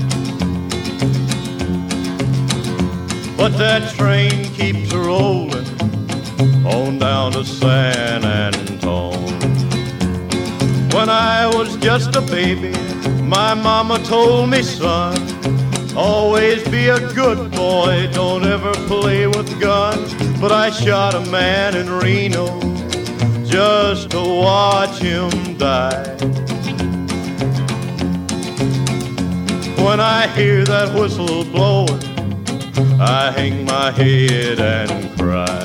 But that train keeps rollin' on down to San Antone. When I was just a baby, my mama told me, son, always be a good boy, don't ever play with guns. But I shot a man in Reno just to watch him die. When I hear that whistle blowing, I hang my head and cry.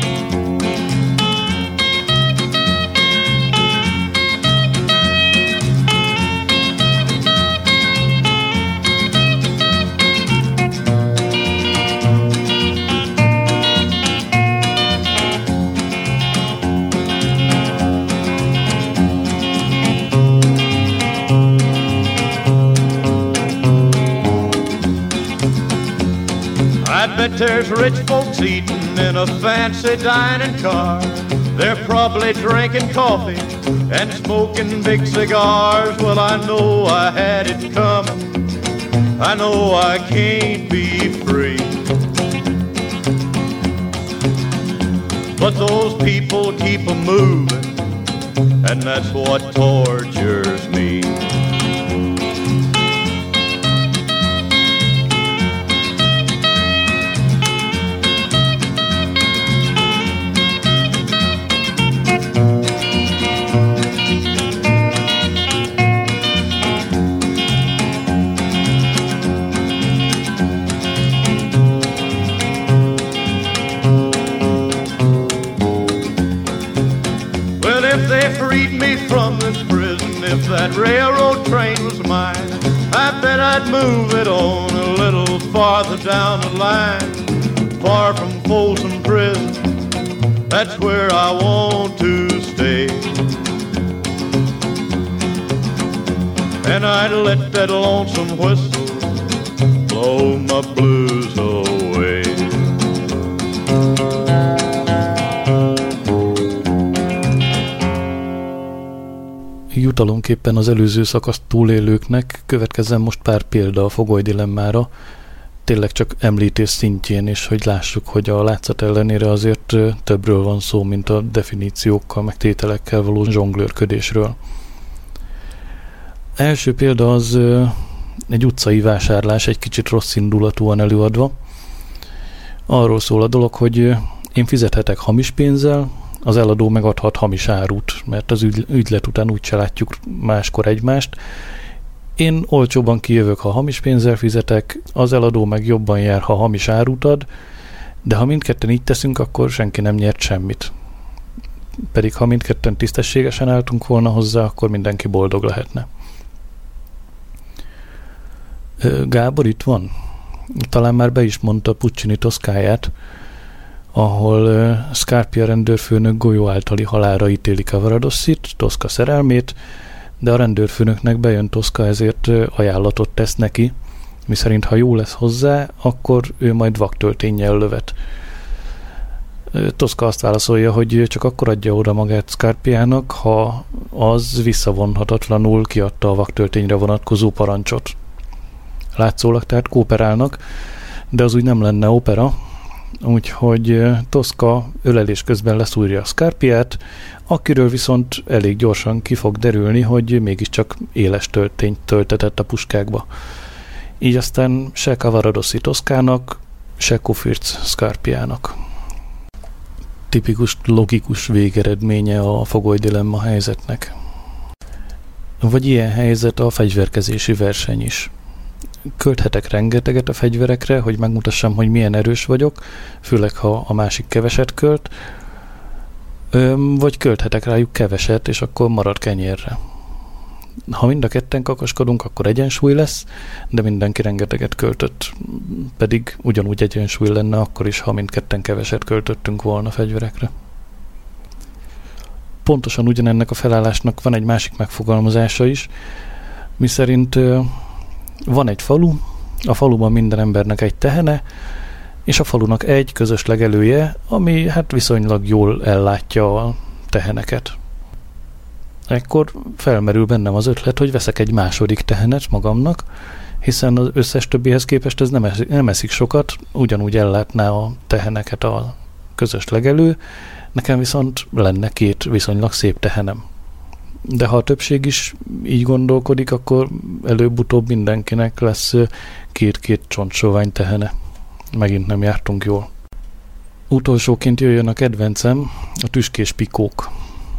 I bet there's rich folks eating in a fancy dining car. They're probably drinking coffee and smoking big cigars. Well, I know I had it coming, I know I can't be free. But those people keep a-moving, and that's what tortures me. If that railroad train was mine, I bet I'd move it on a little farther down the line, far from Folsom Prison. That's where I want to stay. And I'd let that lonesome whistle blow my blues away. Jutalomképpen az előző szakaszt túlélőknek következzen most pár példa a fogolydilemmára, tényleg csak említés szintjén, és hogy lássuk, hogy a látszat ellenére azért többről van szó, mint a definíciókkal, meg tételekkel való zsonglőrködésről. Első példa az egy utcai vásárlás, egy kicsit rossz indulatúan előadva. Arról szól a dolog, hogy én fizethetek hamis pénzzel, az eladó megadhat hamis árut, mert az ügylet után úgyse látjuk máskor egymást. Én olcsóban kijövök, ha hamis pénzzel fizetek, az eladó meg jobban jár, ha hamis árut ad, de ha mindketten így teszünk, akkor senki nem nyert semmit. Pedig ha mindketten tisztességesen álltunk volna hozzá, akkor mindenki boldog lehetne. Gábor itt van? Talán már be is mondta Puccini Toszkáját, ahol Scarpia rendőrfőnök golyó általi halálra ítéli Cavaradossit, Toszka szerelmét, de a rendőrfőnöknek bejön Toszka, ezért ajánlatot tesz neki, miszerint ha jó lesz hozzá, akkor ő majd vaktölténnyel lövet. Toszka azt válaszolja, hogy csak akkor adja oda magát Scarpiának, ha az visszavonhatatlanul kiadta a vaktöltényre vonatkozó parancsot. Látszólag tehát kooperálnak, de az úgy nem lenne opera, úgyhogy Toszka ölelés közben leszúrja a Scarpiát, akiről viszont elég gyorsan ki fog derülni, hogy mégiscsak éles töltényt töltetett a puskákba. Így aztán se Cavaradossi Toszkának, se Kufirc Scarpiának. Tipikus logikus végeredménye a fogolydilemma helyzetnek. Vagy ilyen helyzet a fegyverkezési verseny is. Költhetek rengeteget a fegyverekre, hogy megmutassam, hogy milyen erős vagyok, főleg ha a másik keveset költ, vagy költhetek rájuk keveset, és akkor marad kenyérre. Ha mind a ketten kakaskodunk, akkor egyensúly lesz, de mindenki rengeteget költött, pedig ugyanúgy egyensúly lenne akkor is, ha mindketten keveset költöttünk volna fegyverekre. Pontosan ugyanennek a felállásnak van egy másik megfogalmazása is, miszerint van egy falu, a faluban minden embernek egy tehene, és a falunak egy közös legelője, ami hát viszonylag jól ellátja a teheneket. Ekkor felmerül bennem az ötlet, hogy veszek egy második tehenet magamnak, hiszen az összes többihez képest ez nem eszik sokat, ugyanúgy ellátná a teheneket a közös legelő, nekem viszont lenne 2 viszonylag szép tehenem. De ha a többség is így gondolkodik, akkor előbb-utóbb mindenkinek lesz 2 csontsovány tehene. Megint nem jártunk jól. Utolsóként jöjjön a kedvencem, a tüskés pikók.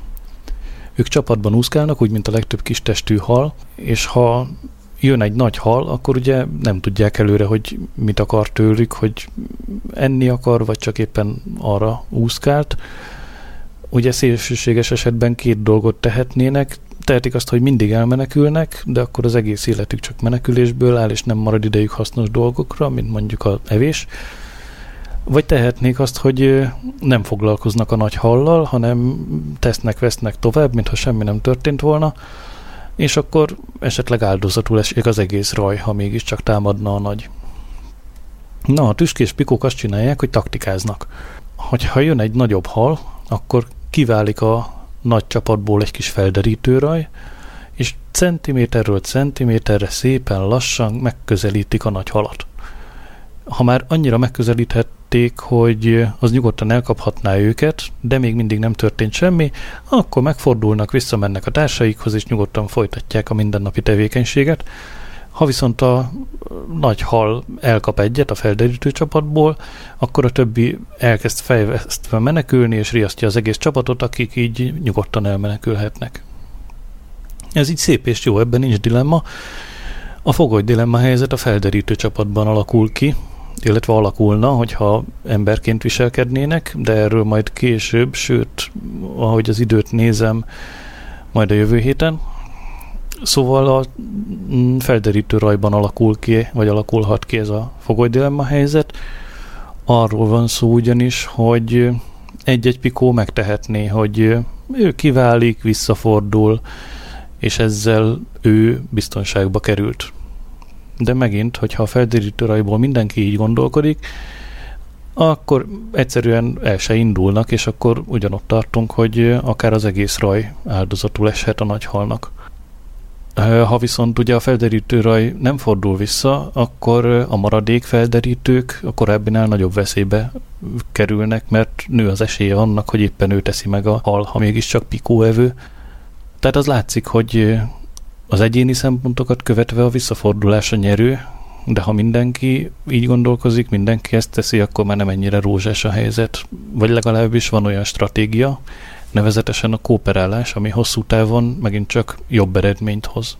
Ők csapatban úszkálnak, úgy, mint a legtöbb kis testű hal, és ha jön egy nagy hal, akkor ugye nem tudják előre, hogy mit akar tőlük, hogy enni akar, vagy csak éppen arra úszkált. Ugye szélsőséges esetben 2 dolgot tehetnének, tehetik azt, hogy mindig elmenekülnek, de akkor az egész életük csak menekülésből áll, és nem marad idejük hasznos dolgokra, mint mondjuk az evés. Vagy tehetnék azt, hogy nem foglalkoznak a nagy hallal, hanem tesznek-vesznek tovább, mintha semmi nem történt volna, és akkor esetleg áldozatul esik az egész raj, ha mégiscsak támadna a nagy. Na, a tüskés pikók azt csinálják, hogy taktikáznak. Hogyha jön egy nagyobb hal, akkor kiválik a nagy csapatból egy kis felderítőraj, és centiméterről centiméterre szépen lassan megközelítik a nagy halat. Ha már annyira megközelíthették, hogy az nyugodtan elkaphatná őket, de még mindig nem történt semmi, akkor megfordulnak, visszamennek a társaikhoz, és nyugodtan folytatják a mindennapi tevékenységet. Ha viszont a nagy hal elkap egyet a felderítő csapatból, akkor a többi elkezd fejvesztve menekülni, és riasztja az egész csapatot, akik így nyugodtan elmenekülhetnek. Ez így szép és jó, ebben nincs dilemma. A fogoly dilemma helyzet a felderítő csapatban alakul ki, illetve alakulna, hogyha emberként viselkednének, de erről majd később, sőt, ahogy az időt nézem, majd a jövő héten. Szóval a felderítő rajban alakul ki, vagy alakulhat ki ez a fogoly dilemma helyzet. Arról van szó ugyanis, hogy egy-egy pikó megtehetné, hogy ő kiválik, visszafordul, és ezzel ő biztonságba került. De megint, hogyha a felderítő rajból mindenki így gondolkodik, akkor egyszerűen el se indulnak, és akkor ugyanott tartunk, hogy akár az egész raj áldozatul eshet a nagy halnak. Ha viszont ugye a felderítőraj nem fordul vissza, akkor a maradék felderítők a korábbinál nagyobb veszélybe kerülnek, mert nő az esélye annak, hogy éppen ő teszi meg a hal, ha mégiscsak pikóevő. Tehát az látszik, hogy az egyéni szempontokat követve a visszafordulás a nyerő, de ha mindenki így gondolkozik, mindenki ezt teszi, akkor már nem ennyire rózsás a helyzet. Vagy legalábbis van olyan stratégia, nevezetesen a kooperálás, ami hosszú távon megint csak jobb eredményt hoz.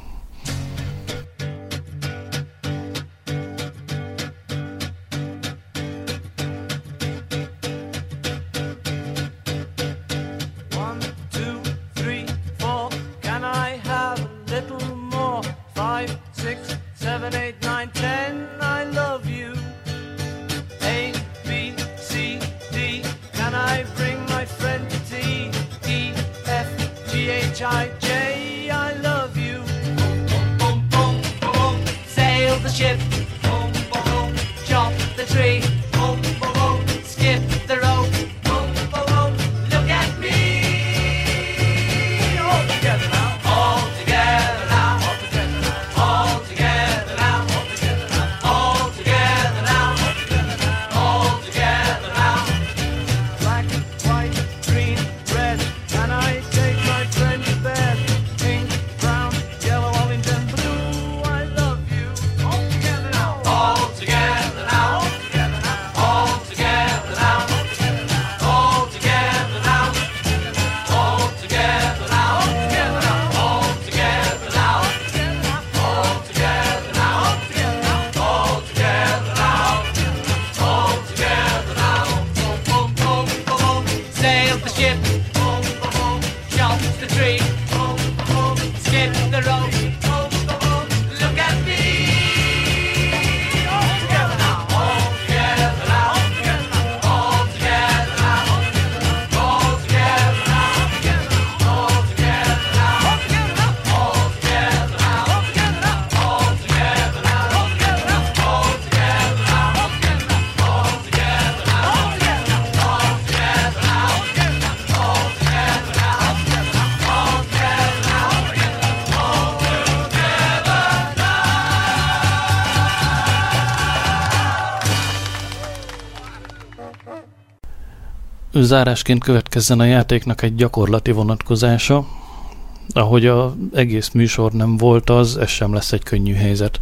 Zárásként következzen a játéknak egy gyakorlati vonatkozása. Ahogy az egész műsor nem volt az, ez sem lesz egy könnyű helyzet.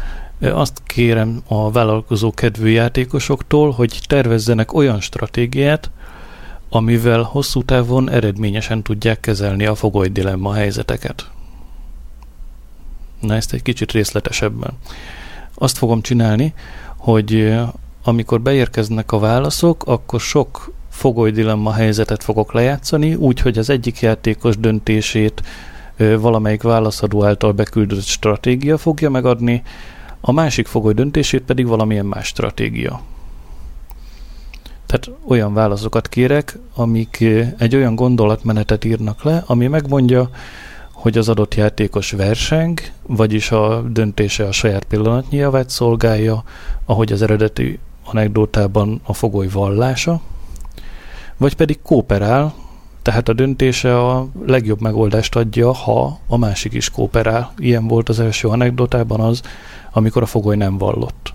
Azt kérem a vállalkozó kedvű játékosoktól, hogy tervezzenek olyan stratégiát, amivel hosszú távon eredményesen tudják kezelni a fogoly dilemma helyzeteket. Na, ezt egy kicsit részletesebben. Azt fogom csinálni, hogy amikor beérkeznek a válaszok, akkor sok fogoly dilemma helyzetet fogok lejátszani, úgyhogy az egyik játékos döntését valamelyik válaszadó által beküldött stratégia fogja megadni, a másik fogoly döntését pedig valamilyen más stratégia. Tehát olyan válaszokat kérek, amik egy olyan gondolatmenetet írnak le, ami megmondja, hogy az adott játékos verseng, vagyis a döntése a saját pillanatnyi javát szolgálja, ahogy az eredeti anekdótában a fogoly vallása, vagy pedig kooperál, tehát a döntése a legjobb megoldást adja, ha a másik is kooperál. Ilyen volt az első anekdotában az, amikor a fogoly nem vallott.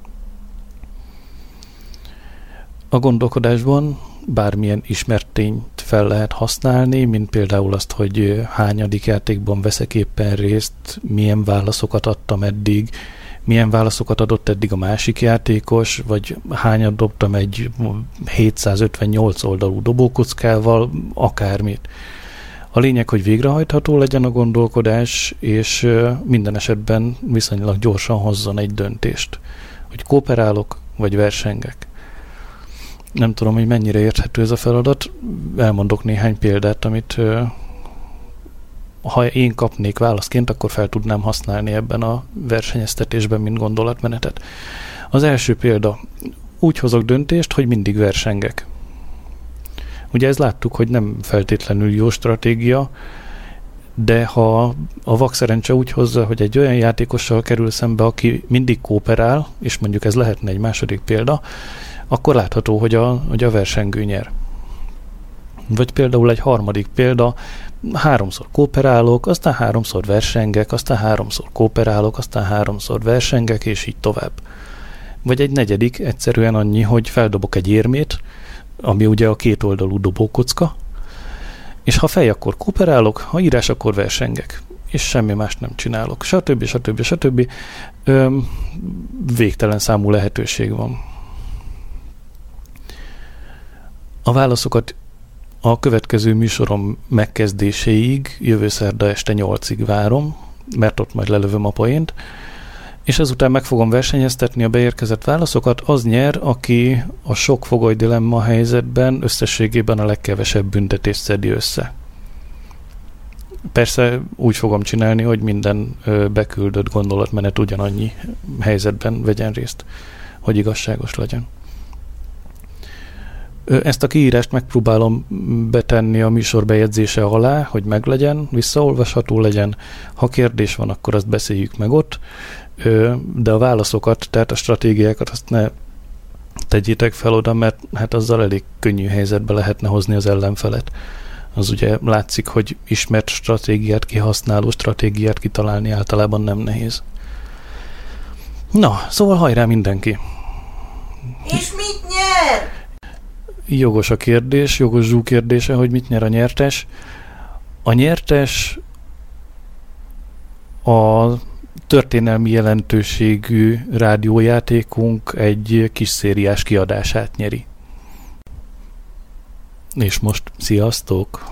A gondolkodásban bármilyen ismert tényt fel lehet használni, mint például azt, hogy hányadik játékban veszek éppen részt, milyen válaszokat adtam eddig, milyen válaszokat adott eddig a másik játékos, vagy hányat dobtam egy 758 oldalú dobókockával, akármit. A lényeg, hogy végrehajtható legyen a gondolkodás, és minden esetben viszonylag gyorsan hozzon egy döntést. Hogy kooperálok, vagy versengek. Nem tudom, hogy mennyire érthető ez a feladat. Elmondok néhány példát, amit ha én kapnék válaszként, akkor fel tudnám használni ebben a versenyeztetésben, mint gondolatmenetet. Az első példa. Úgy hozok döntést, hogy mindig versengek. Ugye ezt láttuk, hogy nem feltétlenül jó stratégia, de ha a vakszerencse úgy hozza, hogy egy olyan játékossal kerül szembe, aki mindig kooperál, és mondjuk ez lehetne egy második példa, akkor látható, hogy a versengő nyer. Vagy például egy harmadik példa, 3-szor kooperálok, aztán 3-szor versengek, aztán 3-szor kooperálok, aztán 3-szor versengek, és így tovább. Vagy egy negyedik egyszerűen annyi, hogy feldobok egy érmét, ami ugye a kétoldalú dobókocka, és ha fej, akkor kooperálok, ha írás, akkor versengek, és semmi mást nem csinálok. Stb. Végtelen számú lehetőség van. A válaszokat a következő műsorom megkezdéséig, jövő szerda este 8-ig várom, mert ott majd lelövöm a poént, és ezután meg fogom versenyeztetni a beérkezett válaszokat, az nyer, aki a sok fogoly dilemma helyzetben összességében a legkevesebb büntetést szedi össze. Persze úgy fogom csinálni, hogy minden beküldött gondolatmenet ugyanannyi helyzetben vegyen részt, hogy igazságos legyen. Ezt a kiírást megpróbálom betenni a műsor bejegyzése alá, hogy meglegyen, visszaolvasható legyen. Ha kérdés van, akkor azt beszéljük meg ott, de a válaszokat, tehát a stratégiákat azt ne tegyétek fel oda, mert hát azzal elég könnyű helyzetbe lehetne hozni az ellenfelet. Az ugye látszik, hogy ismert stratégiát kihasználó stratégiát kitalálni általában nem nehéz. Na, szóval hajrá mindenki! És mit nyer? Jogos a kérdés, jogos Zsú kérdése, hogy mit nyer a nyertes. A nyertes a történelmi jelentőségű rádiójátékunk egy kis szériás kiadását nyeri. És most sziasztok!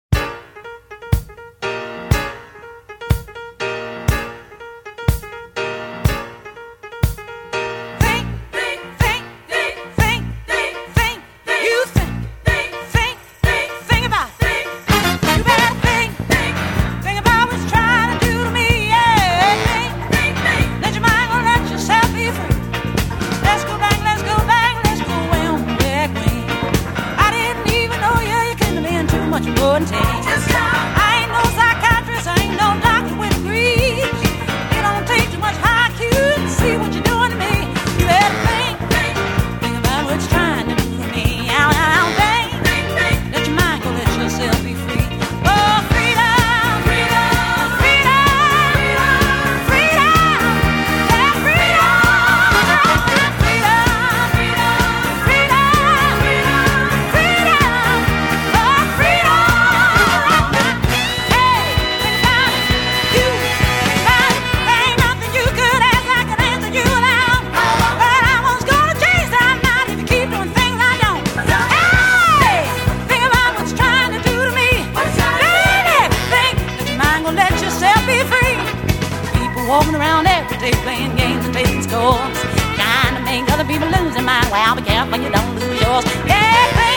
Walking around every day playing games and taking scores, trying to make other people lose their mind. Well, be careful you don't lose yours. Yeah,